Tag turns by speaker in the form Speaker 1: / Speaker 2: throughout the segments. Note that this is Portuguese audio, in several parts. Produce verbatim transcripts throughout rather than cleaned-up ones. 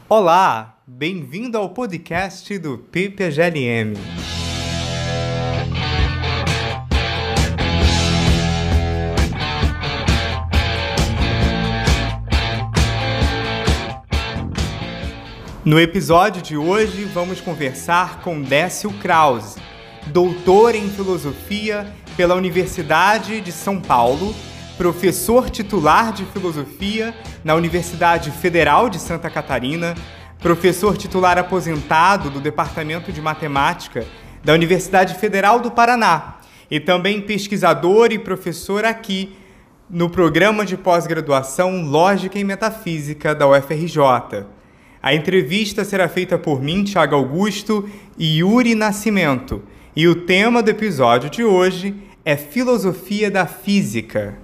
Speaker 1: Olá, bem-vindo ao podcast do P P G L M. No episódio de hoje, vamos conversar com Décio Krause, doutor em filosofia pela Universidade de São Paulo, professor titular de filosofia na Universidade Federal de Santa Catarina, professor titular aposentado do Departamento de Matemática da Universidade Federal do Paraná e também pesquisador e professor aqui no programa de pós-graduação Lógica e Metafísica da U F R J. A entrevista será feita por mim, Thiago Augusto e Yuri Nascimento, e o tema do episódio de hoje é Filosofia da Física.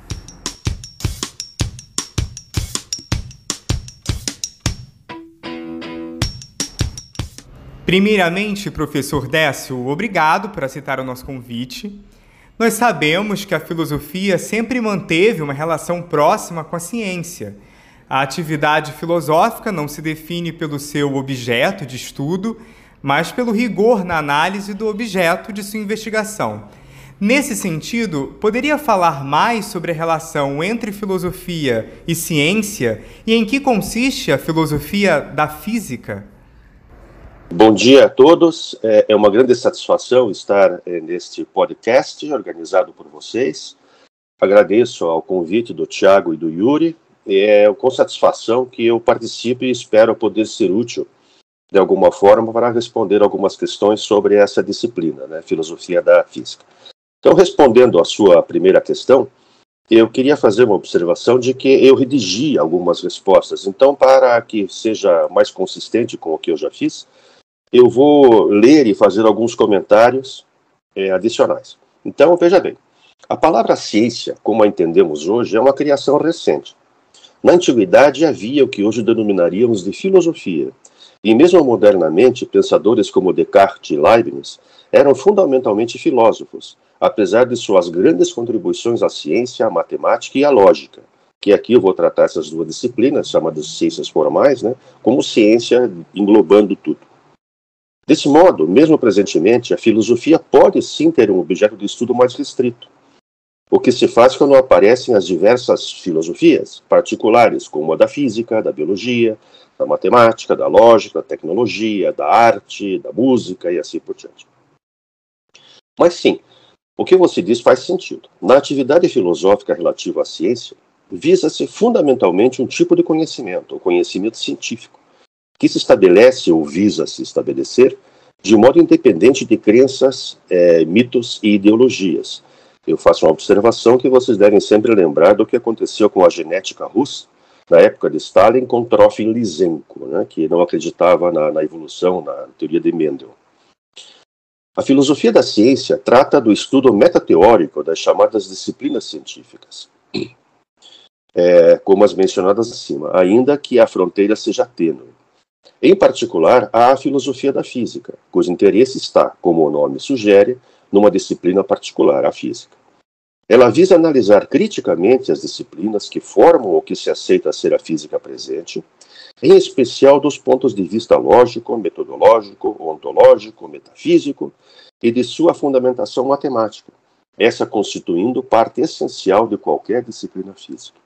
Speaker 1: Primeiramente, professor Décio, obrigado por aceitar o nosso convite. Nós sabemos que a filosofia sempre manteve uma relação próxima com a ciência. A atividade filosófica não se define pelo seu objeto de estudo, mas pelo rigor na análise do objeto de sua investigação. Nesse sentido, poderia falar mais sobre a relação entre filosofia e ciência e em que consiste a filosofia da física?
Speaker 2: Bom dia a todos, é uma grande satisfação estar neste podcast organizado por vocês. Agradeço ao convite do Thiago e do Yuri, é com satisfação que eu participe e espero poder ser útil de alguma forma para responder algumas questões sobre essa disciplina, né, filosofia da física. Então, respondendo à sua primeira questão, eu queria fazer uma observação de que eu redigi algumas respostas. Então, para que seja mais consistente com o que eu já fiz, eu vou ler e fazer alguns comentários é, adicionais. Então, veja bem, a palavra ciência, como a entendemos hoje, é uma criação recente. Na antiguidade havia o que hoje denominaríamos de filosofia, e mesmo modernamente, pensadores como Descartes e Leibniz eram fundamentalmente filósofos, apesar de suas grandes contribuições à ciência, à matemática e à lógica, que aqui eu vou tratar essas duas disciplinas, chamadas ciências formais, né, como ciência englobando tudo. Desse modo, mesmo presentemente, a filosofia pode sim ter um objeto de estudo mais restrito, o que se faz quando aparecem as diversas filosofias particulares, como a da física, da biologia, da matemática, da lógica, da tecnologia, da arte, da música e assim por diante. Mas sim, o que você diz faz sentido. Na atividade filosófica relativa à ciência, visa-se fundamentalmente um tipo de conhecimento, o conhecimento científico, que se estabelece ou visa se estabelecer de modo independente de crenças, é, mitos e ideologias. Eu faço uma observação que vocês devem sempre lembrar do que aconteceu com a genética russa, na época de Stalin, com Trofim Lysenko, né, que não acreditava na, na evolução, na teoria de Mendel. A filosofia da ciência trata do estudo metateórico das chamadas disciplinas científicas, é, como as mencionadas acima, ainda que a fronteira seja tênue. Em particular, há a filosofia da física, cujo interesse está, como o nome sugere, numa disciplina particular, a física. Ela visa analisar criticamente as disciplinas que formam o que se aceita ser a física presente, em especial dos pontos de vista lógico, metodológico, ontológico, metafísico e de sua fundamentação matemática, essa constituindo parte essencial de qualquer disciplina física.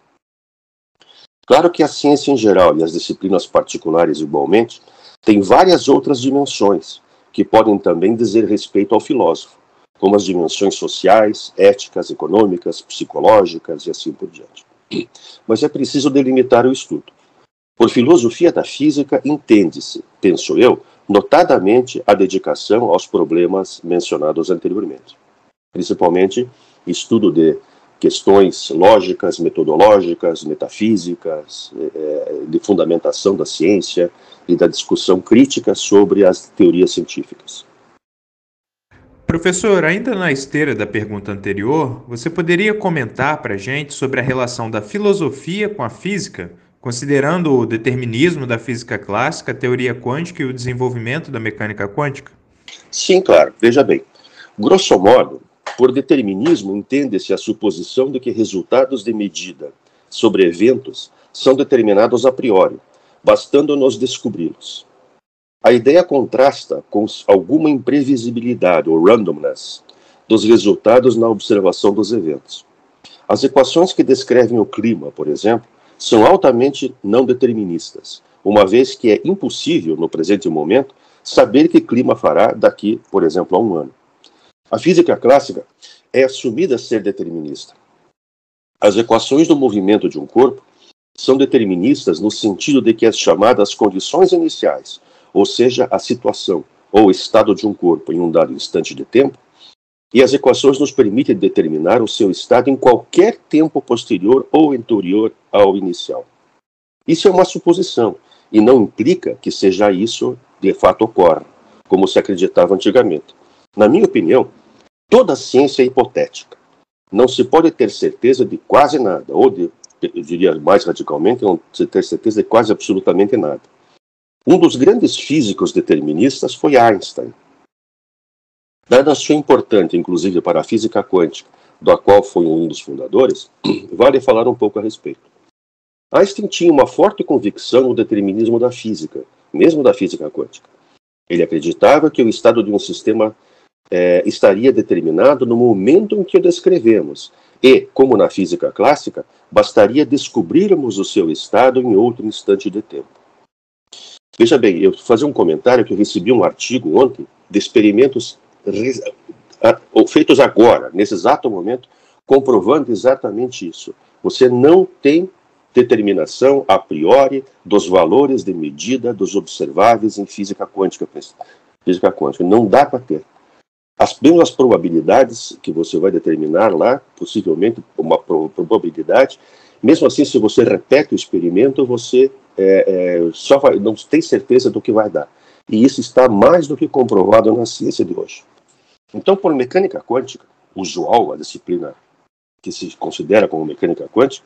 Speaker 2: Claro que a ciência em geral e as disciplinas particulares igualmente têm várias outras dimensões que podem também dizer respeito ao filósofo, como as dimensões sociais, éticas, econômicas, psicológicas e assim por diante. Mas é preciso delimitar o estudo. Por filosofia da física entende-se, penso eu, notadamente a dedicação aos problemas mencionados anteriormente, principalmente estudo de questões lógicas, metodológicas, metafísicas, de fundamentação da ciência e da discussão crítica sobre as teorias científicas.
Speaker 3: Professor, ainda na esteira da pergunta anterior, você poderia comentar para a gente sobre a relação da filosofia com a física, considerando o determinismo da física clássica, a teoria quântica e o desenvolvimento da mecânica quântica?
Speaker 2: Sim, claro. Veja bem. Grosso modo, por determinismo entende-se a suposição de que resultados de medida sobre eventos são determinados a priori, bastando-nos descobri-los. A ideia contrasta com alguma imprevisibilidade, ou randomness, dos resultados na observação dos eventos. As equações que descrevem o clima, por exemplo, são altamente não deterministas, uma vez que é impossível, no presente momento, saber que clima fará daqui, por exemplo, a um ano. A física clássica é assumida ser determinista. As equações do movimento de um corpo são deterministas no sentido de que as chamadas condições iniciais, ou seja, a situação ou estado de um corpo em um dado instante de tempo, e as equações nos permitem determinar o seu estado em qualquer tempo posterior ou anterior ao inicial. Isso é uma suposição, e não implica que seja isso de fato ocorre, como se acreditava antigamente. Na minha opinião, toda ciência é hipotética. Não se pode ter certeza de quase nada, ou, de, eu diria mais radicalmente, não se ter certeza de quase absolutamente nada. Um dos grandes físicos deterministas foi Einstein. Dada a sua importância, inclusive para a física quântica, da qual foi um dos fundadores, vale falar um pouco a respeito. Einstein tinha uma forte convicção no determinismo da física, mesmo da física quântica. Ele acreditava que o estado de um sistema é, estaria determinado no momento em que o descrevemos, e, como na física clássica, bastaria descobrirmos o seu estado em outro instante de tempo. Veja bem, eu vou fazer um comentário que eu recebi um artigo ontem de experimentos feitos agora, nesse exato momento, comprovando exatamente isso. Você não tem determinação a priori dos valores de medida dos observáveis em física quântica. Física quântica não dá para ter. As mesmas probabilidades que você vai determinar lá, possivelmente uma probabilidade, mesmo assim, se você repete o experimento, você é, é, só vai, não tem certeza do que vai dar. E isso está mais do que comprovado na ciência de hoje. Então, por mecânica quântica, usual, a disciplina que se considera como mecânica quântica,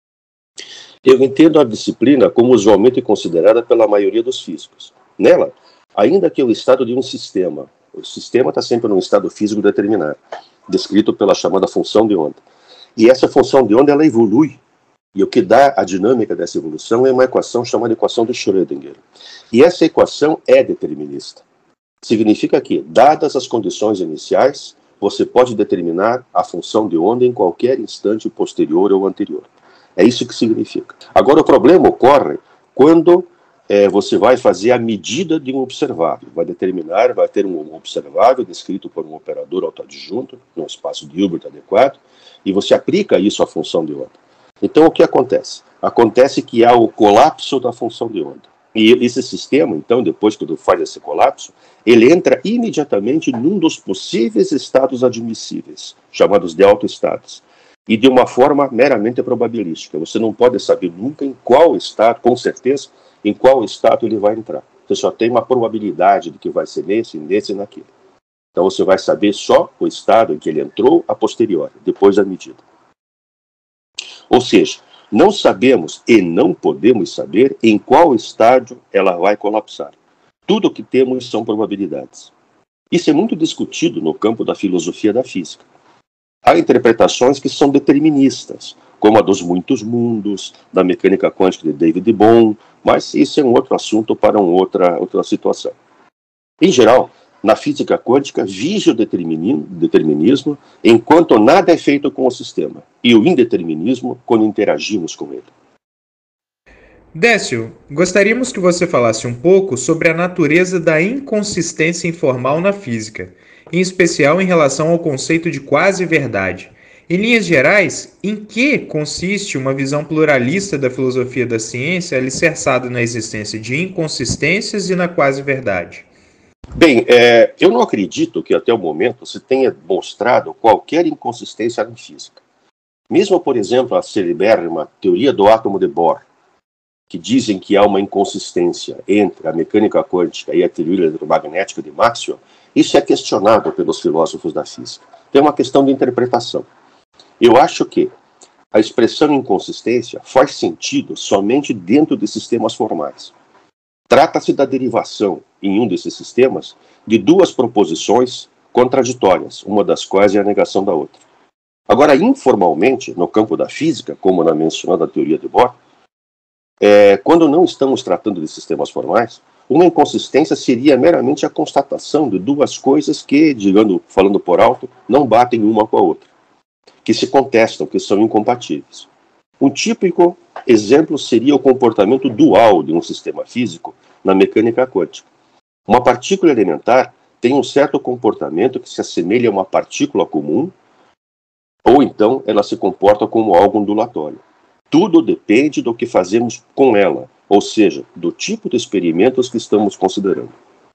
Speaker 2: eu entendo a disciplina como usualmente considerada pela maioria dos físicos. Nela, ainda que o estado de um sistema, o sistema está sempre num estado físico determinado, descrito pela chamada função de onda. E essa função de onda, ela evolui. E o que dá a dinâmica dessa evolução é uma equação chamada equação de Schrödinger. E essa equação é determinista. Significa que, dadas as condições iniciais, você pode determinar a função de onda em qualquer instante posterior ou anterior. É isso que significa. Agora, o problema ocorre quando é, você vai fazer a medida de um observável. Vai determinar, vai ter um observável descrito por um operador autoadjunto, num espaço de Hilbert adequado, e você aplica isso à função de onda. Então, o que acontece? Acontece que há o colapso da função de onda. E esse sistema, então, depois que faz esse colapso, ele entra imediatamente num dos possíveis estados admissíveis, chamados de autoestados, e de uma forma meramente probabilística. Você não pode saber nunca em qual estado, com certeza, em qual estado ele vai entrar. Você só tem uma probabilidade de que vai ser nesse, nesse e naquele. Então você vai saber só o estado em que ele entrou a posteriori, depois da medida. Ou seja, não sabemos e não podemos saber em qual estágio ela vai colapsar. Tudo o que temos são probabilidades. Isso é muito discutido no campo da filosofia da física. Há interpretações que são deterministas, como a dos muitos mundos, da mecânica quântica de David Bohm, mas isso é um outro assunto para uma outra, outra situação. Em geral, na física quântica, vige o determinismo enquanto nada é feito com o sistema, e o indeterminismo quando interagimos com ele.
Speaker 3: Décio, gostaríamos que você falasse um pouco sobre a natureza da inconsistência informal na física, em especial em relação ao conceito de quase-verdade. Em linhas gerais, em que consiste uma visão pluralista da filosofia da ciência alicerçada na existência de inconsistências e na quase-verdade?
Speaker 2: Bem, é, eu não acredito que até o momento se tenha mostrado qualquer inconsistência na física. Mesmo, por exemplo, a celebérrima teoria do átomo de Bohr, que dizem que há uma inconsistência entre a mecânica quântica e a teoria eletromagnética de Maxwell, isso é questionado pelos filósofos da física. Tem uma questão de interpretação. Eu acho que a expressão inconsistência faz sentido somente dentro de sistemas formais. Trata-se da derivação, em um desses sistemas, de duas proposições contraditórias, uma das quais é a negação da outra. Agora, informalmente, no campo da física, como na mencionada teoria de Bohr, É, quando não estamos tratando de sistemas formais, uma inconsistência seria meramente a constatação de duas coisas que, digamos, falando por alto, não batem uma com a outra, que se contestam, que são incompatíveis. Um típico exemplo seria o comportamento dual de um sistema físico na mecânica quântica. Uma partícula elementar tem um certo comportamento que se assemelha a uma partícula comum, ou então ela se comporta como algo ondulatório. Tudo depende do que fazemos com ela, ou seja, do tipo de experimentos que estamos considerando.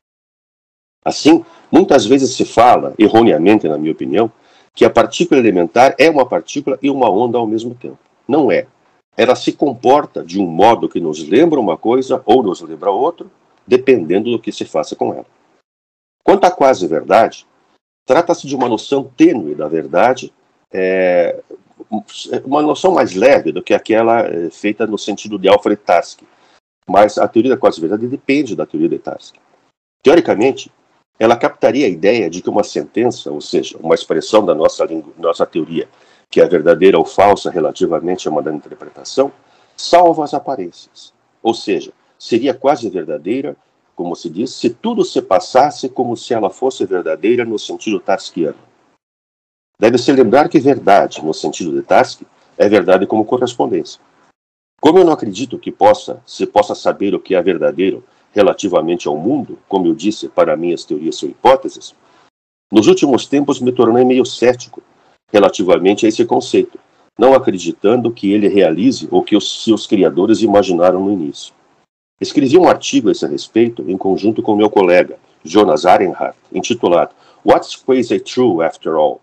Speaker 2: Assim, muitas vezes se fala, erroneamente na minha opinião, que a partícula elementar é uma partícula e uma onda ao mesmo tempo. Não é. Ela se comporta de um modo que nos lembra uma coisa ou nos lembra outra, dependendo do que se faça com ela. Quanto à quase verdade, trata-se de uma noção tênue da verdade, é, uma noção mais leve do que aquela é, feita no sentido de Alfred Tarski. Mas a teoria da quase verdade depende da teoria de Tarski. Teoricamente, ela captaria a ideia de que uma sentença, ou seja, uma expressão da nossa, língua, nossa teoria, que é verdadeira ou falsa relativamente a uma dada interpretação, salva as aparências. Ou seja, seria quase verdadeira, como se diz, se tudo se passasse como se ela fosse verdadeira no sentido tarskiano. Deve-se lembrar que verdade, no sentido de Tarski, é verdade como correspondência. Como eu não acredito que possa, se possa saber o que é verdadeiro relativamente ao mundo, como eu disse, para mim as teorias são hipóteses, nos últimos tempos me tornei meio cético relativamente a esse conceito, não acreditando que ele realize o que os seus criadores imaginaram no início. Escrevi um artigo a esse respeito em conjunto com meu colega, Jonas Arenhardt, intitulado What's Quasi True After All?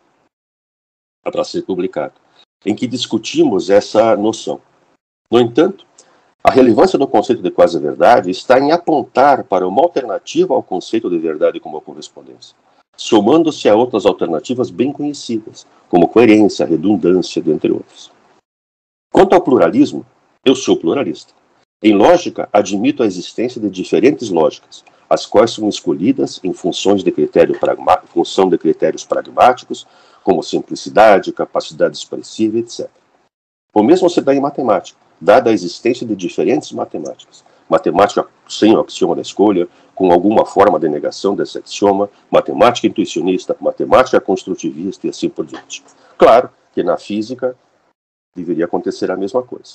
Speaker 2: Para ser publicado, em que discutimos essa noção. No entanto, a relevância do conceito de quase-verdade está em apontar para uma alternativa ao conceito de verdade como correspondência, somando-se a outras alternativas bem conhecidas, como coerência, redundância, dentre outros. Quanto ao pluralismo, eu sou pluralista. Em lógica, admito a existência de diferentes lógicas, as quais são escolhidas em funções de critério pragma- função de critérios pragmáticos, como simplicidade, capacidade expressiva, etcétera. O mesmo se dá em matemática, dada a existência de diferentes matemáticas. Matemática sem o axioma da escolha, com alguma forma de negação desse axioma, matemática intuicionista, matemática construtivista e assim por diante. Claro que na física deveria acontecer a mesma coisa.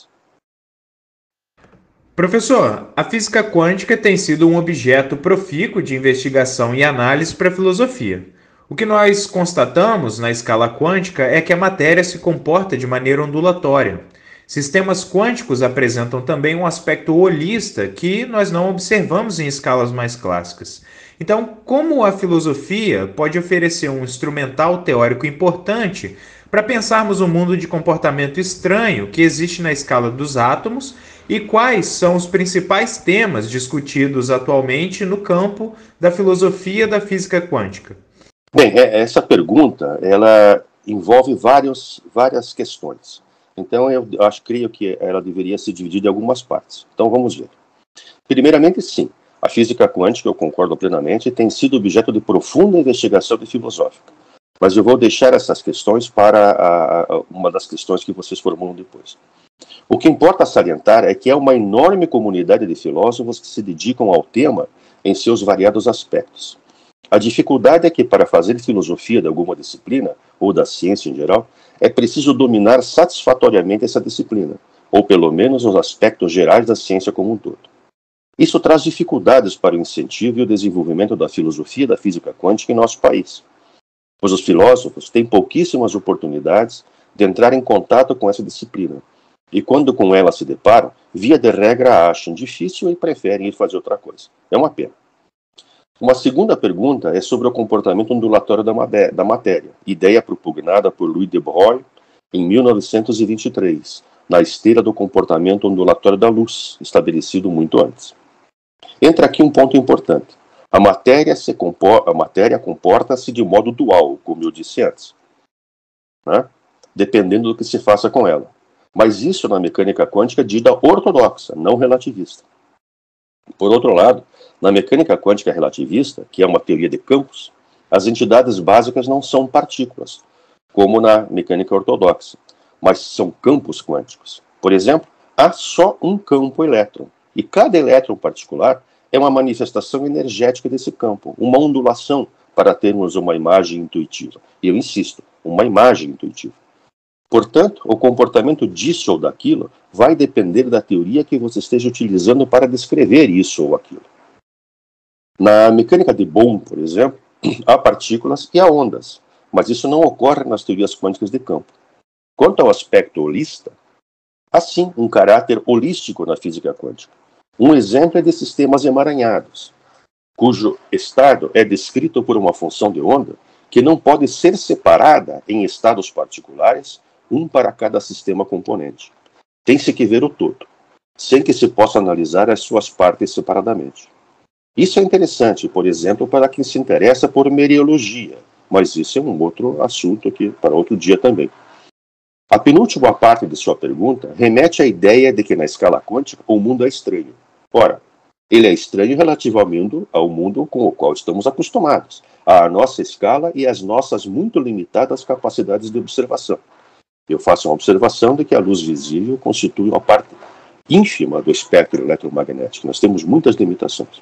Speaker 3: Professor, a física quântica tem sido um objeto profícuo de investigação e análise para a filosofia. O que nós constatamos na escala quântica é que a matéria se comporta de maneira ondulatória. Sistemas quânticos apresentam também um aspecto holista que nós não observamos em escalas mais clássicas. Então, como a filosofia pode oferecer um instrumental teórico importante para pensarmos o mundo de comportamento estranho que existe na escala dos átomos e quais são os principais temas discutidos atualmente no campo da filosofia da física quântica?
Speaker 2: Bem, essa pergunta, ela envolve vários, várias questões. Então, eu acho, creio que ela deveria ser dividida em algumas partes. Então, vamos ver. Primeiramente, sim, a física quântica, eu concordo plenamente, tem sido objeto de profunda investigação filosófica. Mas eu vou deixar essas questões para a, a, uma das questões que vocês formulam depois. O que importa salientar é que é uma enorme comunidade de filósofos que se dedicam ao tema em seus variados aspectos. A dificuldade é que, para fazer filosofia de alguma disciplina, ou da ciência em geral, é preciso dominar satisfatoriamente essa disciplina, ou pelo menos os aspectos gerais da ciência como um todo. Isso traz dificuldades para o incentivo e o desenvolvimento da filosofia da física quântica em nosso país, pois os filósofos têm pouquíssimas oportunidades de entrar em contato com essa disciplina, e quando com ela se deparam, via de regra a acham difícil e preferem ir fazer outra coisa. É uma pena. Uma segunda pergunta é sobre o comportamento ondulatório da matéria, ideia propugnada por Louis de Broglie em mil novecentos e vinte e três, na esteira do comportamento ondulatório da luz, estabelecido muito antes. Entra aqui um ponto importante. A matéria, se compor- a matéria comporta-se de modo dual, como eu disse antes, né? Dependendo do que se faça com ela. Mas isso na mecânica quântica é dita ortodoxa, não relativista. Por outro lado, na mecânica quântica relativista, que é uma teoria de campos, as entidades básicas não são partículas, como na mecânica ortodoxa, mas são campos quânticos. Por exemplo, há só um campo elétron, e cada elétron particular é uma manifestação energética desse campo, uma ondulação, para termos uma imagem intuitiva. E eu insisto, uma imagem intuitiva. Portanto, o comportamento disso ou daquilo vai depender da teoria que você esteja utilizando para descrever isso ou aquilo. Na mecânica de Bohm, por exemplo, há partículas e há ondas, mas isso não ocorre nas teorias quânticas de campo. Quanto ao aspecto holista, há sim um caráter holístico na física quântica. Um exemplo é de sistemas emaranhados, cujo estado é descrito por uma função de onda que não pode ser separada em estados particulares, um para cada sistema componente. Tem-se que ver o todo, sem que se possa analisar as suas partes separadamente. Isso é interessante, por exemplo, para quem se interessa por mereologia, mas isso é um outro assunto aqui para outro dia também. A penúltima parte de sua pergunta remete à ideia de que na escala quântica o mundo é estranho. Ora, ele é estranho relativamente ao mundo com o qual estamos acostumados, à nossa escala e às nossas muito limitadas capacidades de observação. Eu faço uma observação de que a luz visível constitui uma parte ínfima do espectro eletromagnético. Nós temos muitas limitações.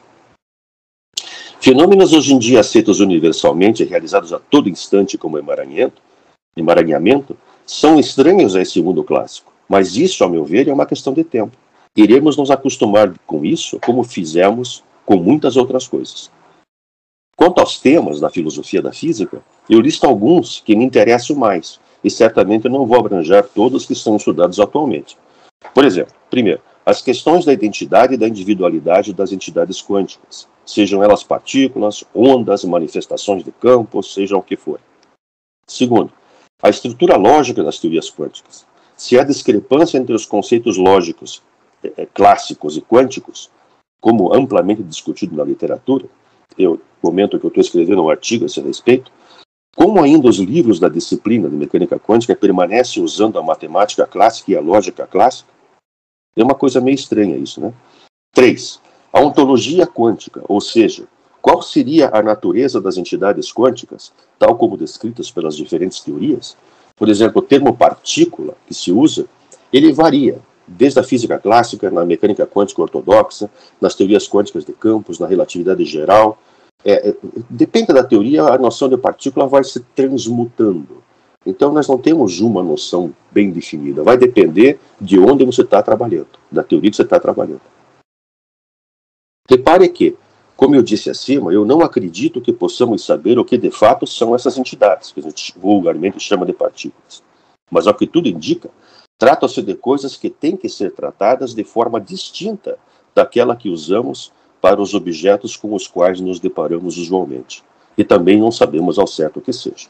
Speaker 2: Fenômenos hoje em dia aceitos universalmente e realizados a todo instante como emaranhamento, emaranhamento são estranhos a esse mundo clássico, mas isso, ao meu ver, é uma questão de tempo. Iremos nos acostumar com isso como fizemos com muitas outras coisas. Quanto aos temas da filosofia da física, eu listo alguns que me interessam mais, e certamente não vou abranger todos que são estudados atualmente. Por exemplo, primeiro, as questões da identidade e da individualidade das entidades quânticas, sejam elas partículas, ondas, manifestações de campo, sejam o que for. Segundo, a estrutura lógica das teorias quânticas. Se há discrepância entre os conceitos lógicos é, clássicos e quânticos, como amplamente discutido na literatura, eu comento que eu estou escrevendo um artigo a esse respeito, como ainda os livros da disciplina de mecânica quântica permanecem usando a matemática clássica e a lógica clássica, é uma coisa meio estranha isso, né? Três, a ontologia quântica, ou seja, qual seria a natureza das entidades quânticas, tal como descritas pelas diferentes teorias? Por exemplo, o termo partícula que se usa, ele varia, desde a física clássica, na mecânica quântica ortodoxa, nas teorias quânticas de campos, na relatividade geral. É, é, depende da teoria, a noção de partícula vai se transmutando. Então, nós não temos uma noção bem definida. Vai depender de onde você está trabalhando, da teoria que você está trabalhando. Repare que, como eu disse acima, eu não acredito que possamos saber o que de fato são essas entidades, que a gente vulgarmente chama de partículas. Mas, ao que tudo indica, trata-se de coisas que têm que ser tratadas de forma distinta daquela que usamos para os objetos com os quais nos deparamos usualmente. E também não sabemos ao certo o que seja.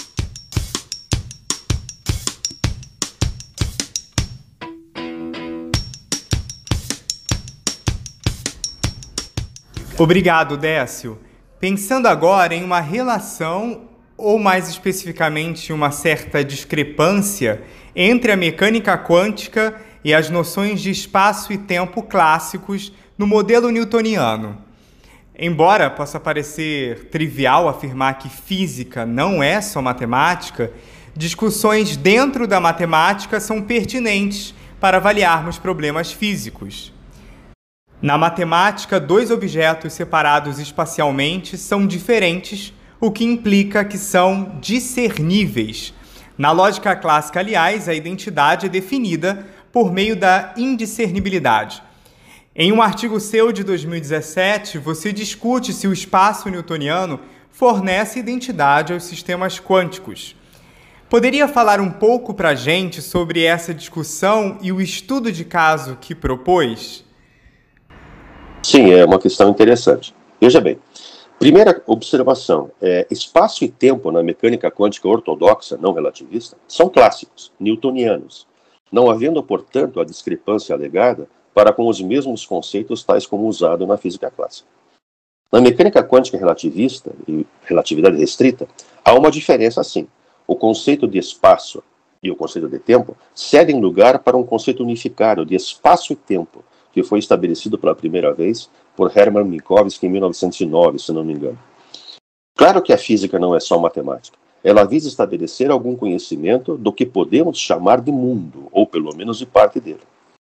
Speaker 1: Obrigado, Décio. Pensando agora em uma relação, ou mais especificamente uma certa discrepância, entre a mecânica quântica e as noções de espaço e tempo clássicos no modelo newtoniano. Embora possa parecer trivial afirmar que física não é só matemática, discussões dentro da matemática são pertinentes para avaliarmos problemas físicos. Na matemática, dois objetos separados espacialmente são diferentes, o que implica que são discerníveis. Na lógica clássica, aliás, a identidade é definida por meio da indiscernibilidade. Em um artigo seu de dois mil e dezessete, você discute se o espaço newtoniano fornece identidade aos sistemas quânticos. Poderia falar um pouco para a gente sobre essa discussão e o estudo de caso que propôs?
Speaker 2: Sim, é uma questão interessante. Veja bem, primeira observação, é, espaço e tempo na mecânica quântica ortodoxa, não relativista, são clássicos, newtonianos, não havendo, portanto, a discrepância alegada para com os mesmos conceitos tais como usado na física clássica. Na mecânica quântica relativista e relatividade restrita, há uma diferença sim. O conceito de espaço e o conceito de tempo cedem lugar para um conceito unificado de espaço e tempo, que foi estabelecido pela primeira vez por Hermann Minkowski em mil novecentos e nove, se não me engano. Claro que a física não é só matemática. Ela visa estabelecer algum conhecimento do que podemos chamar de mundo, ou pelo menos de parte dele.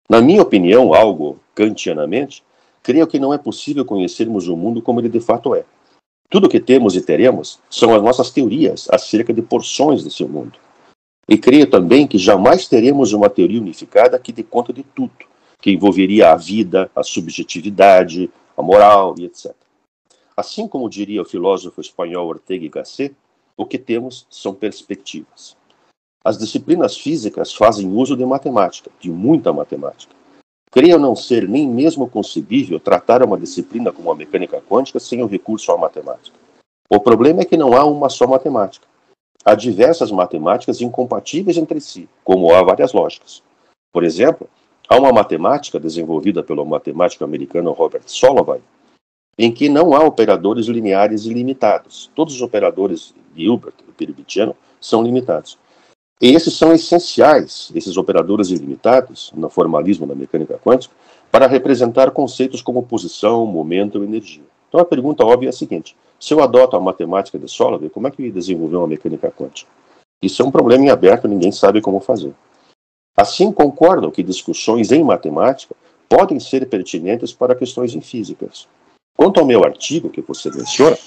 Speaker 2: Na minha opinião, algo kantianamente, creio que não é possível conhecermos o mundo como ele de fato é. Tudo o que temos e teremos são as nossas teorias acerca de porções desse mundo. E creio também que jamais teremos uma teoria unificada que dê conta de tudo, que envolveria a vida, a subjetividade, a moral e etcétera. Assim como diria o filósofo espanhol Ortega y Gasset, o que temos são perspectivas. As disciplinas físicas fazem uso de matemática, de muita matemática. Creio não ser nem mesmo concebível tratar uma disciplina como a mecânica quântica sem o recurso à matemática. O problema é que não há uma só matemática. Há diversas matemáticas incompatíveis entre si, como há várias lógicas. Por exemplo, há uma matemática desenvolvida pelo matemático americano Robert Solovay, em que não há operadores lineares ilimitados. Todos os operadores de Hilbert e Peribitiano são limitados. E esses são essenciais, esses operadores ilimitados, no formalismo da mecânica quântica, para representar conceitos como posição, momento e energia. Então a pergunta óbvia é a seguinte: se eu adoto a matemática de Solovay, como é que desenvolveu uma mecânica quântica? Isso é um problema em aberto, ninguém sabe como fazer. Assim, concordo que discussões em matemática podem ser pertinentes para questões em físicas. Quanto ao meu artigo que você menciona,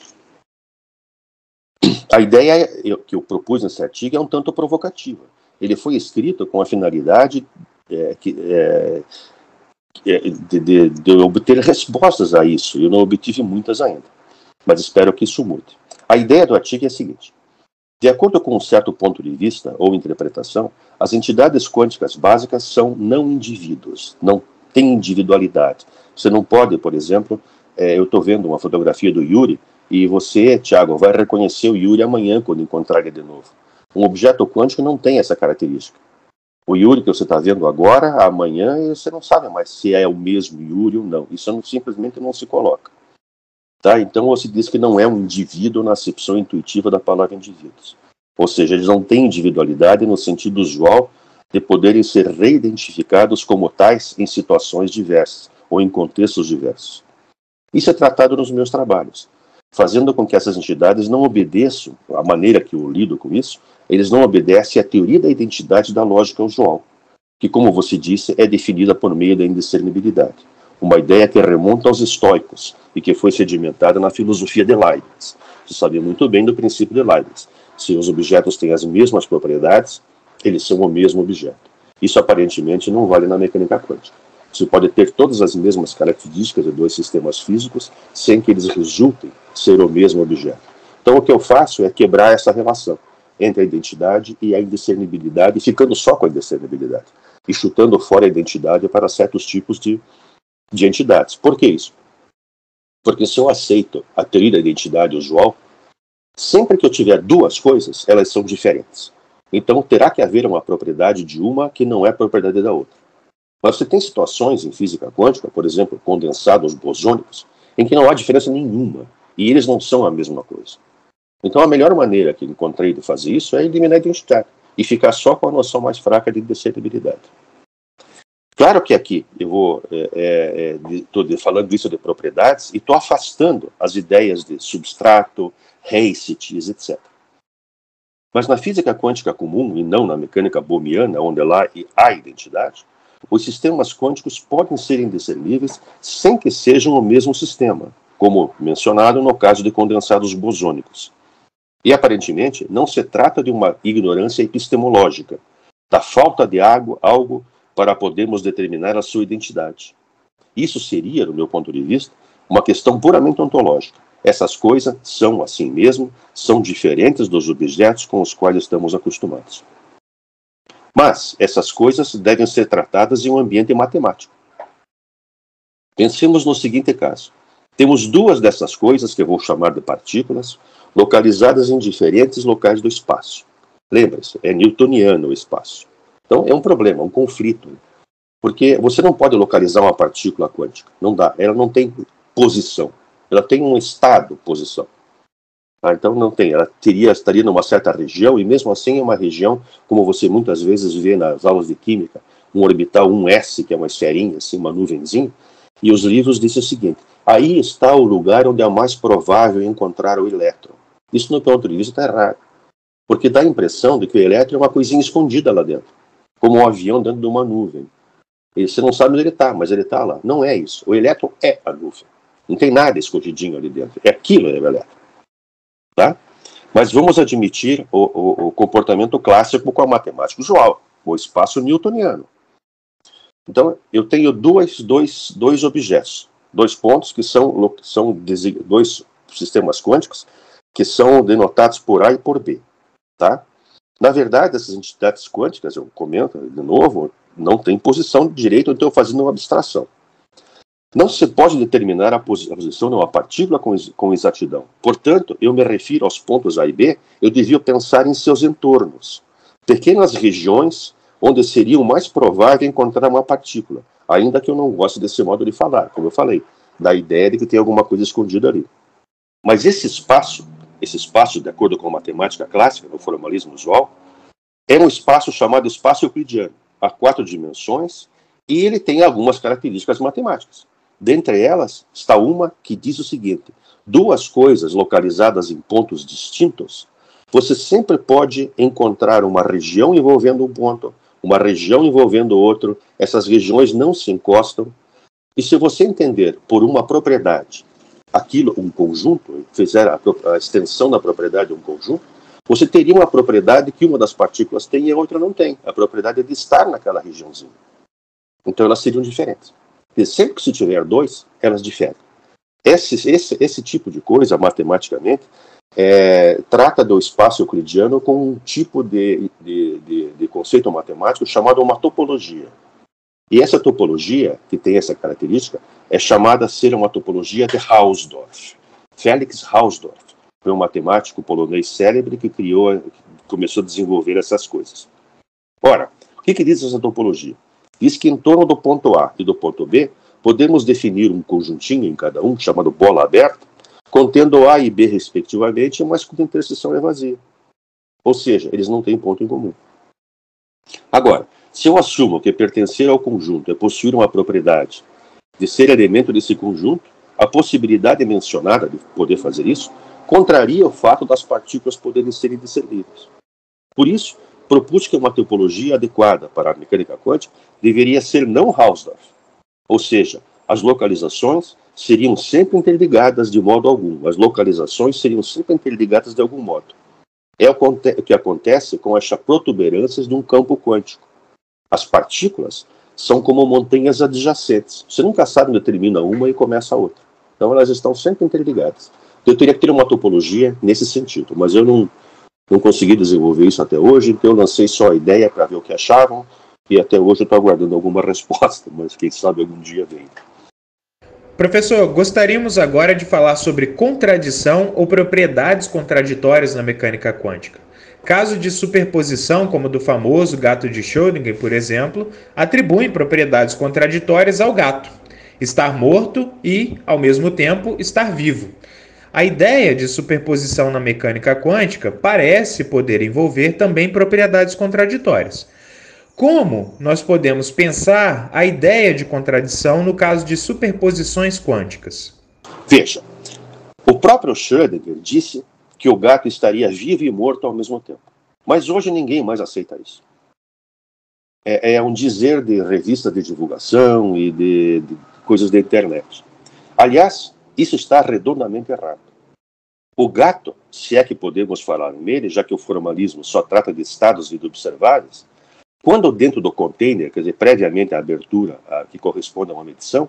Speaker 2: a ideia que eu propus nesse artigo é um tanto provocativa. Ele foi escrito com a finalidade é, que, é, de, de, de obter respostas a isso. Eu não obtive muitas ainda, mas espero que isso mude. A ideia do artigo é a seguinte: de acordo com um certo ponto de vista ou interpretação, as entidades quânticas básicas são não indivíduos, não têm individualidade. Você não pode, por exemplo, é, eu estou vendo uma fotografia do Yuri, e você, Tiago, vai reconhecer o Yuri amanhã quando encontrar ele de novo. Um objeto quântico não tem essa característica. O Yuri que você está vendo agora, amanhã, você não sabe mais se é o mesmo Yuri ou não. Isso não, simplesmente não se coloca. Tá? Então você diz que não é um indivíduo na acepção intuitiva da palavra indivíduos. Ou seja, eles não têm individualidade no sentido usual de poderem ser reidentificados como tais em situações diversas ou em contextos diversos. Isso é tratado nos meus trabalhos, fazendo com que essas entidades não obedeçam, a maneira que eu lido com isso, eles não obedecem à teoria da identidade da lógica usual, que, como você disse, é definida por meio da indiscernibilidade. Uma ideia que remonta aos estoicos e que foi sedimentada na filosofia de Leibniz. Você sabia muito bem do princípio de Leibniz. Se os objetos têm as mesmas propriedades, eles são o mesmo objeto. Isso aparentemente não vale na mecânica quântica. Você pode ter todas as mesmas características de dois sistemas físicos sem que eles resultem ser o mesmo objeto. Então o que eu faço é quebrar essa relação entre a identidade e a indiscernibilidade, ficando só com a indiscernibilidade e chutando fora a identidade para certos tipos de, de entidades. Por que isso? Porque se eu aceito a teoria da identidade usual, sempre que eu tiver duas coisas, elas são diferentes. Então terá que haver uma propriedade de uma que não é propriedade da outra. Mas você tem situações em física quântica, por exemplo, condensados bosônicos, em que não há diferença nenhuma, e eles não são a mesma coisa. Então a melhor maneira que encontrei de fazer isso é eliminar a identidade, e ficar só com a noção mais fraca de indiscernibilidade. Claro que aqui eu vou é, é, estou falando isso de propriedades, e estou afastando as ideias de substrato, Reisites, etcétera. Mas na física quântica comum, e não na mecânica bohmiana, onde lá há identidade, os sistemas quânticos podem ser indiscerníveis sem que sejam o mesmo sistema, como mencionado no caso de condensados bosônicos. E aparentemente não se trata de uma ignorância epistemológica, da falta de algo, algo para podermos determinar a sua identidade. Isso seria, do meu ponto de vista, uma questão puramente ontológica. Essas coisas são assim mesmo, são diferentes dos objetos com os quais estamos acostumados. Mas essas coisas devem ser tratadas em um ambiente matemático. Pensemos no seguinte caso. Temos duas dessas coisas, que eu vou chamar de partículas, localizadas em diferentes locais do espaço. Lembre-se, é newtoniano o espaço. Então é um problema, um conflito. Porque você não pode localizar uma partícula quântica. Não dá. Ela não tem posição. Ela tem um estado, posição. Ah, então não tem, ela teria, estaria numa certa região, e mesmo assim é uma região, como você muitas vezes vê nas aulas de química, um orbital um S, que é uma esferinha, assim, uma nuvenzinha, e os livros dizem o seguinte: aí está o lugar onde é mais provável encontrar o elétron. Isso, no ponto de vista, está errado, porque dá a impressão de que o elétron é uma coisinha escondida lá dentro, como um avião dentro de uma nuvem. E você não sabe onde ele está, mas ele está lá. Não é isso. O elétron é a nuvem. Não tem nada escondidinho ali dentro. É aquilo, é o elétron. Tá? Mas vamos admitir o, o, o comportamento clássico com a matemática usual, o espaço newtoniano. Então, eu tenho dois, dois, dois objetos, dois pontos que são, são dois sistemas quânticos que são denotados por A e por B. Tá? Na verdade, essas entidades quânticas, eu comento de novo, não tem posição de direito, então eu fazendo uma abstração. Não se pode determinar a, posi a posição de uma partícula com, com exatidão. Portanto, eu me refiro aos pontos A e B, eu devia pensar em seus entornos. Pequenas regiões onde seria o mais provável encontrar uma partícula, ainda que eu não goste desse modo de falar, como eu falei, da ideia de que tem alguma coisa escondida ali. Mas esse espaço, esse espaço, de acordo com a matemática clássica, no formalismo usual, é um espaço chamado espaço euclidiano, há quatro dimensões, e ele tem algumas características matemáticas. Dentre elas, está uma que diz o seguinte: duas coisas localizadas em pontos distintos, você sempre pode encontrar uma região envolvendo um ponto, uma região envolvendo outro, essas regiões não se encostam, e se você entender por uma propriedade aquilo, um conjunto, fizer a, a extensão da propriedade um conjunto, você teria uma propriedade que uma das partículas tem e a outra não tem, a propriedade é de estar naquela regiãozinha. Então elas seriam diferentes. E sempre que se tiver dois, elas diferem. Esse, esse, esse tipo de coisa, matematicamente, é, trata do espaço euclidiano com um tipo de, de, de, de conceito matemático chamado uma topologia. E essa topologia, que tem essa característica, é chamada a ser uma topologia de Hausdorff. Felix Hausdorff foi um matemático polonês célebre que criou, que começou a desenvolver essas coisas. Ora, o que, que diz essa topologia? Diz que em torno do ponto A e do ponto B, podemos definir um conjuntinho em cada um, chamado bola aberta, contendo A e B respectivamente, mas cuja interseção é vazia. Ou seja, eles não têm ponto em comum. Agora, se eu assumo que pertencer ao conjunto é possuir uma propriedade de ser elemento desse conjunto, a possibilidade mencionada de poder fazer isso contraria o fato das partículas poderem serem discernidas. Por isso, propus que uma topologia adequada para a mecânica quântica deveria ser não Hausdorff, ou seja, as localizações seriam sempre interligadas de modo algum, as localizações seriam sempre interligadas de algum modo. É o que acontece com as protuberâncias de um campo quântico. As partículas são como montanhas adjacentes. Você nunca sabe onde termina uma e começa a outra. Então elas estão sempre interligadas. Eu teria que ter uma topologia nesse sentido, mas eu não, não consegui desenvolver isso até hoje, então eu lancei só a ideia para ver o que achavam, e até hoje eu estou aguardando alguma resposta, mas quem sabe algum dia vem.
Speaker 3: Professor, gostaríamos agora de falar sobre contradição ou propriedades contraditórias na mecânica quântica. Casos de superposição, como o do famoso gato de Schrödinger, por exemplo, atribuem propriedades contraditórias ao gato: estar morto e, ao mesmo tempo, estar vivo. A ideia de superposição na mecânica quântica parece poder envolver também propriedades contraditórias. Como nós podemos pensar a ideia de contradição no caso de superposições quânticas?
Speaker 2: Veja, o próprio Schrödinger disse que o gato estaria vivo e morto ao mesmo tempo. Mas hoje ninguém mais aceita isso. É, é um dizer de revista de divulgação e de, de coisas da internet. Aliás, isso está redondamente errado. O gato, se é que podemos falar nele, já que o formalismo só trata de estados observáveis, quando dentro do container, quer dizer, previamente à abertura, a, que corresponde a uma medição,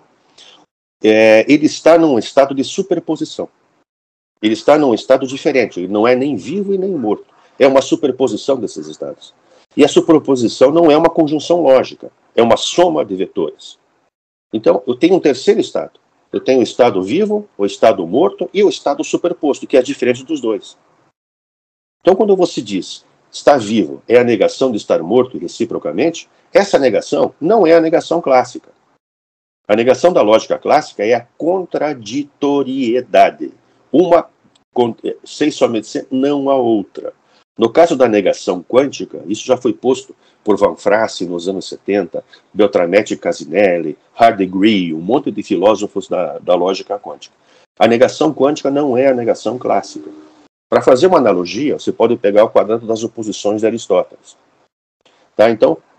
Speaker 2: é, ele está num estado de superposição. Ele está num estado diferente, ele não é nem vivo e nem morto. É uma superposição desses estados. E a superposição não é uma conjunção lógica, é uma soma de vetores. Então, eu tenho um terceiro estado. Eu tenho o estado vivo, o estado morto e o estado superposto, que é diferente dos dois. Então, quando você diz estar vivo é a negação de estar morto reciprocamente, essa negação não é a negação clássica. A negação da lógica clássica é a contraditoriedade. Uma sem somente ser, não a outra. No caso da negação quântica, isso já foi posto por Van Fraasse nos anos setenta, Beltrametti e Casinelli, Hardy-Green, um monte de filósofos da, da lógica quântica. A negação quântica não é a negação clássica. Para fazer uma analogia, você pode pegar o quadrado das oposições de Aristóteles. Tá? Então,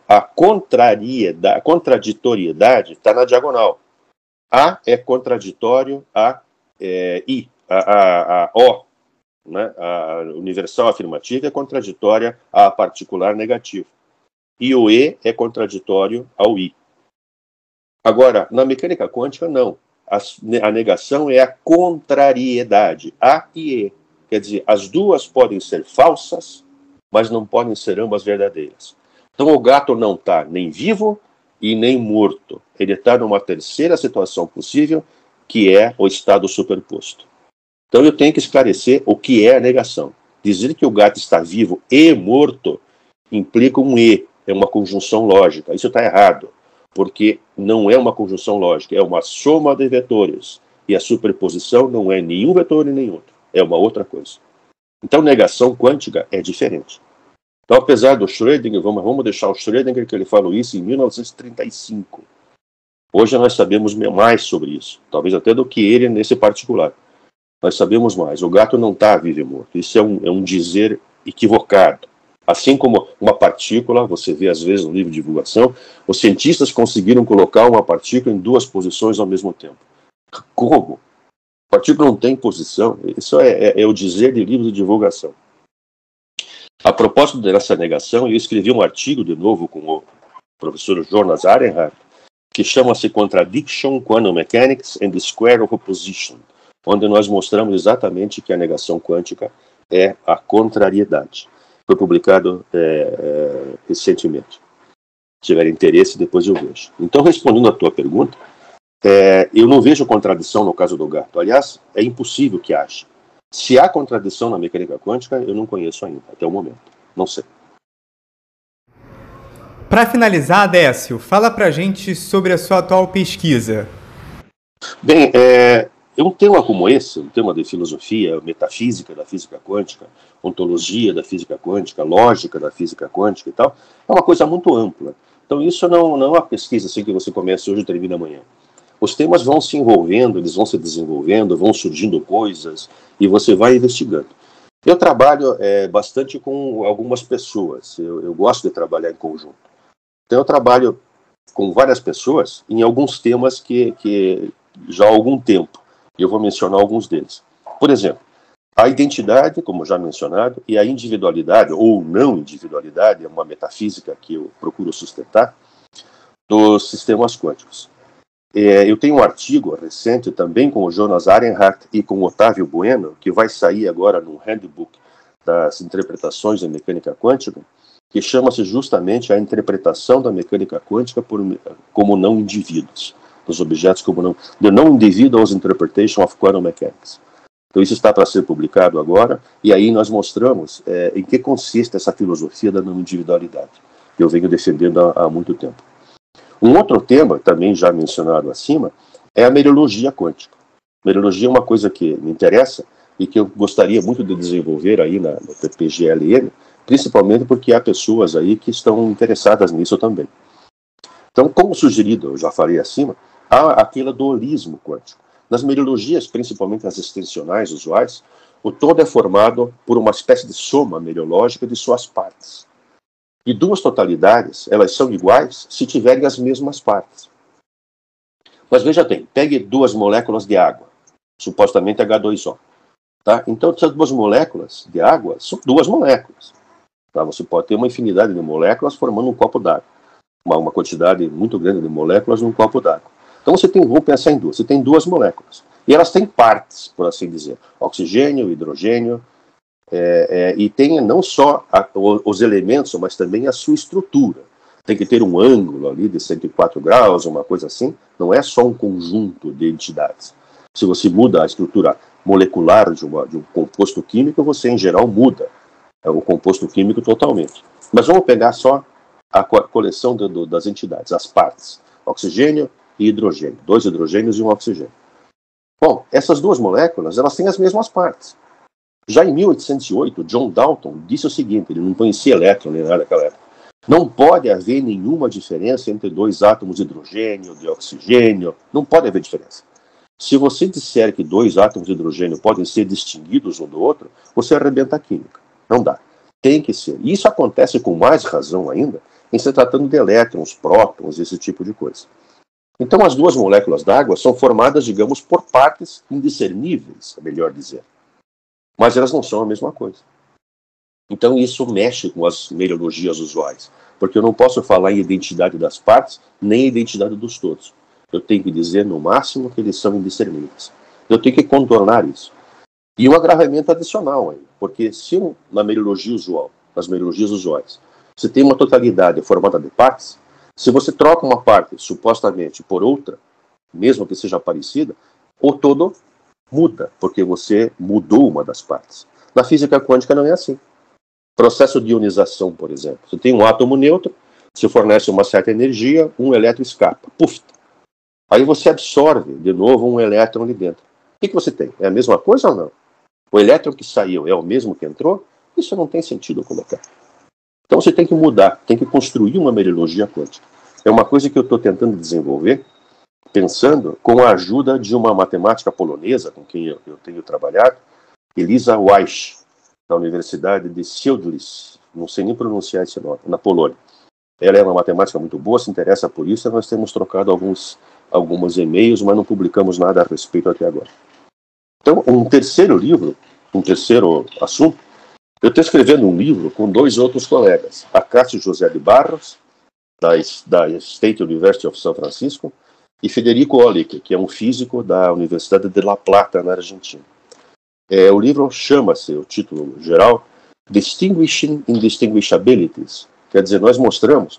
Speaker 2: A contrariedade, a contraditoriedade está na diagonal. A é contraditório a é, I, a, a, a O, né? A universal afirmativa é contraditória a particular negativa. E o E é contraditório ao I. Agora, na mecânica quântica, não. A, a negação é a contrariedade, A e E. Quer dizer, as duas podem ser falsas, mas não podem ser ambas verdadeiras. Então, o gato não está nem vivo e nem morto. Ele está numa terceira situação possível, que é o estado superposto. Então, eu tenho que esclarecer o que é a negação. Dizer que o gato está vivo e morto implica um E, é uma conjunção lógica. Isso está errado, porque não é uma conjunção lógica, é uma soma de vetores. E a superposição não é nenhum vetor e nem outro, é uma outra coisa. Então, negação quântica é diferente. Então, apesar do Schrödinger, vamos, vamos deixar o Schrödinger, que ele falou isso em mil novecentos e trinta e cinco. Hoje nós sabemos mais sobre isso, talvez até do que ele nesse particular. Nós sabemos mais. O gato não está vivo e morto. Isso é um, é um dizer equivocado. Assim como uma partícula, você vê às vezes no livro de divulgação, os cientistas conseguiram colocar uma partícula em duas posições ao mesmo tempo. Como? A partícula não tem posição. Isso é, é, é o dizer de livro de divulgação. A propósito dessa negação, eu escrevi um artigo de novo com o professor Jonas Arenhardt, que chama-se Contradiction, Quantum Mechanics and the Square of Opposition, onde nós mostramos exatamente que a negação quântica é a contrariedade. Foi publicado é, é, recentemente. Se tiver interesse, depois eu vejo. Então, respondendo à tua pergunta, é, eu não vejo contradição no caso do gato. Aliás, é impossível que haja. Se há contradição na mecânica quântica, eu não conheço ainda, até o momento. Não sei.
Speaker 1: Para finalizar, Décio, fala para a gente sobre a sua atual pesquisa.
Speaker 2: Bem, é, um tema como esse, um tema de filosofia, metafísica da física quântica, ontologia da física quântica, lógica da física quântica e tal, é uma coisa muito ampla. Então isso não, não é uma pesquisa assim que você começa hoje e termina amanhã. Os temas vão se envolvendo, eles vão se desenvolvendo, vão surgindo coisas e você vai investigando. Eu trabalho é, bastante com algumas pessoas, eu, eu gosto de trabalhar em conjunto. Então eu trabalho com várias pessoas em alguns temas que, que já há algum tempo. Eu vou mencionar alguns deles. Por exemplo, a identidade, como já mencionado, e a individualidade, ou não individualidade, é uma metafísica que eu procuro sustentar, dos sistemas quânticos. É, eu tenho um artigo recente também com o Jonas Arenhardt e com o Otávio Bueno, que vai sair agora no Handbook das Interpretações da Mecânica Quântica, que chama-se justamente a interpretação da mecânica quântica por, como não indivíduos, dos objetos como não... The Non-Individuals Interpretation of Quantum Mechanics. Então isso está para ser publicado agora, e aí nós mostramos é, em que consiste essa filosofia da não individualidade, que eu venho defendendo há, há muito tempo. Um outro tema, também já mencionado acima, é a mereologia quântica. Mereologia é uma coisa que me interessa e que eu gostaria muito de desenvolver aí na, no P P G L M, principalmente porque há pessoas aí que estão interessadas nisso também. Então, como sugerido, eu já falei acima, há aquele dualismo quântico. Nas mereologias, principalmente as extensionais usuais, o todo é formado por uma espécie de soma mereológica de suas partes. E duas totalidades, elas são iguais se tiverem as mesmas partes. Mas veja bem, pegue duas moléculas de água, supostamente H dois O. Tá? Então, essas duas moléculas de água são duas moléculas. Tá? Você pode ter uma infinidade de moléculas formando um copo d'água. Uma, uma quantidade muito grande de moléculas num copo d'água. Então, você tem, vamos pensar em duas. Você tem duas moléculas. E elas têm partes, por assim dizer. Oxigênio, hidrogênio. É, é, e tem não só a, os elementos, mas também a sua estrutura. Tem que ter um ângulo ali de cento e quatro graus, uma coisa assim. Não é só um conjunto de entidades. Se você muda a estrutura molecular de, uma, de um composto químico, você, em geral, muda o composto químico totalmente. Mas vamos pegar só a coleção do, do, das entidades, as partes. Oxigênio e hidrogênio. Dois hidrogênios e um oxigênio. Bom, essas duas moléculas, elas têm as mesmas partes. Já em mil oitocentos e oito, John Dalton disse o seguinte, ele não conhecia elétron nem nada naquela época. Não pode haver nenhuma diferença entre dois átomos de hidrogênio, de oxigênio. Não pode haver diferença. Se você disser que dois átomos de hidrogênio podem ser distinguidos um do outro, você arrebenta a química. Não dá. Tem que ser. E isso acontece com mais razão ainda em se tratando de elétrons, prótons, esse tipo de coisa. Então, as duas moléculas d'água são formadas, digamos, por partes indiscerníveis, é melhor dizer. Mas elas não são a mesma coisa. Então, isso mexe com as mereologias usuais, porque eu não posso falar em identidade das partes, nem identidade dos todos. Eu tenho que dizer, no máximo, que eles são indiscerníveis. Eu tenho que contornar isso. E um agravamento adicional ainda, porque se na mereologia usual, nas mereologias usuais, você tem uma totalidade formada de partes, se você troca uma parte, supostamente, por outra, mesmo que seja parecida, o todo muda, porque você mudou uma das partes. Na física quântica não é assim. Processo de ionização, por exemplo. Você tem um átomo neutro, se fornece uma certa energia, um elétron escapa. Puf! Aí você absorve de novo um elétron ali dentro. O que, que você tem? É a mesma coisa ou não? O elétron que saiu é o mesmo que entrou? Isso não tem sentido colocar. Então você tem que mudar, tem que construir uma mereologia quântica. É uma coisa que eu estou tentando desenvolver, pensando com a ajuda de uma matemática polonesa, com quem eu, eu tenho trabalhado, Elisa Weich, da Universidade de Siedlce, não sei nem pronunciar esse nome, na Polônia. Ela é uma matemática muito boa, se interessa por isso, nós temos trocado alguns, alguns e-mails, mas não publicamos nada a respeito até agora. Então, um terceiro livro, um terceiro assunto, eu estou escrevendo um livro com dois outros colegas, Acácio José de Barros, da, da State University of San Francisco, e Federico Olick, que é um físico da Universidade de La Plata, na Argentina. É, o livro chama-se, o título geral, Distinguishing Indistinguishabilities. Quer dizer, nós mostramos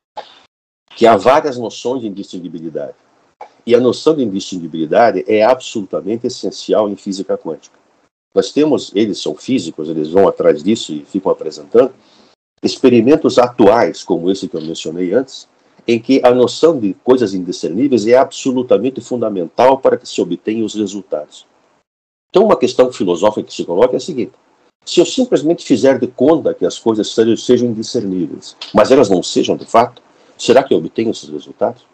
Speaker 2: que há várias noções de indistinguibilidade. E a noção de indistinguibilidade é absolutamente essencial em física quântica. Nós temos, eles são físicos, eles vão atrás disso e ficam apresentando, experimentos atuais, como esse que eu mencionei antes, em que a noção de coisas indiscerníveis é absolutamente fundamental para que se obtenham os resultados. Então, uma questão filosófica que se coloca é a seguinte: se eu simplesmente fizer de conta que as coisas sejam indiscerníveis, mas elas não sejam de fato, será que eu obtenho esses resultados?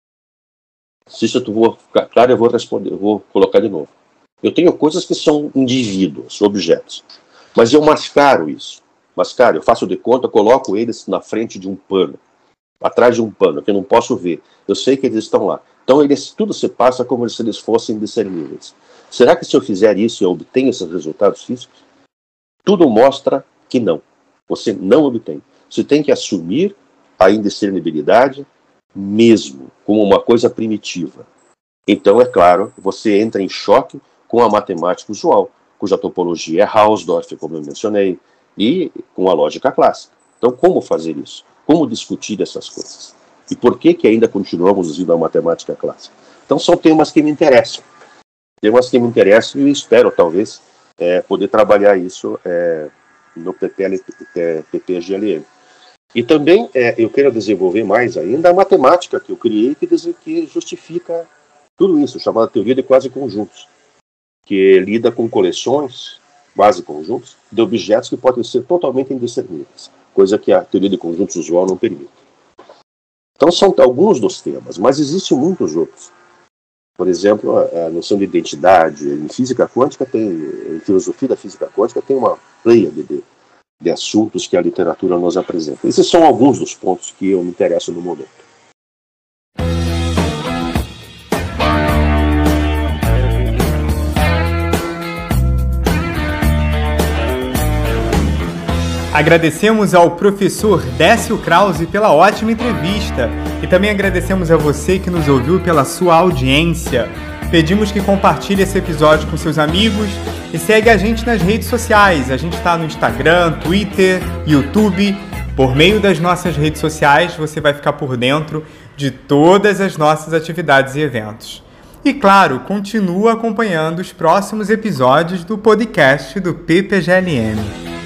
Speaker 2: Se isso eu vou ficar claro, eu vou responder, eu vou colocar de novo. Eu tenho coisas que são indivíduos, objetos, mas eu mascaro isso. Mascaro, eu faço de conta, coloco eles na frente de um pano, atrás de um pano, que eu não posso ver. Eu sei que eles estão lá. Então, eles, tudo se passa como se eles fossem indiscerníveis. Será que se eu fizer isso, eu obtenho esses resultados físicos? Tudo mostra que não. Você não obtém. Você tem que assumir a indiscernibilidade mesmo, como uma coisa primitiva. Então, é claro, você entra em choque com a matemática usual, cuja topologia é Hausdorff, como eu mencionei, e com a lógica clássica. Então, como fazer isso? Como discutir essas coisas? E por que que ainda continuamos usando a matemática clássica? Então, são temas que me interessam. Temas que me interessam e eu espero, talvez, é, poder trabalhar isso é, no P P G L M. E também é, eu quero desenvolver mais ainda a matemática que eu criei, que, que justifica tudo isso, chamada teoria de quase conjuntos, que lida com coleções, quase conjuntos, de objetos que podem ser totalmente indiscerníveis, coisa que a teoria de conjuntos usual não permite. Então são alguns dos temas, mas existem muitos outros. Por exemplo, a noção de identidade. Em física quântica tem, em filosofia da física quântica tem uma pleia de, de, de assuntos que a literatura nos apresenta. Esses são alguns dos pontos que eu me interesso no momento.
Speaker 1: Agradecemos ao professor Décio Krause pela ótima entrevista e também agradecemos a você que nos ouviu pela sua audiência. Pedimos que compartilhe esse episódio com seus amigos e segue a gente nas redes sociais. A gente está no Instagram, Twitter, YouTube. Por meio das nossas redes sociais, você vai ficar por dentro de todas as nossas atividades e eventos. E claro, continua acompanhando os próximos episódios do podcast do P P G L M.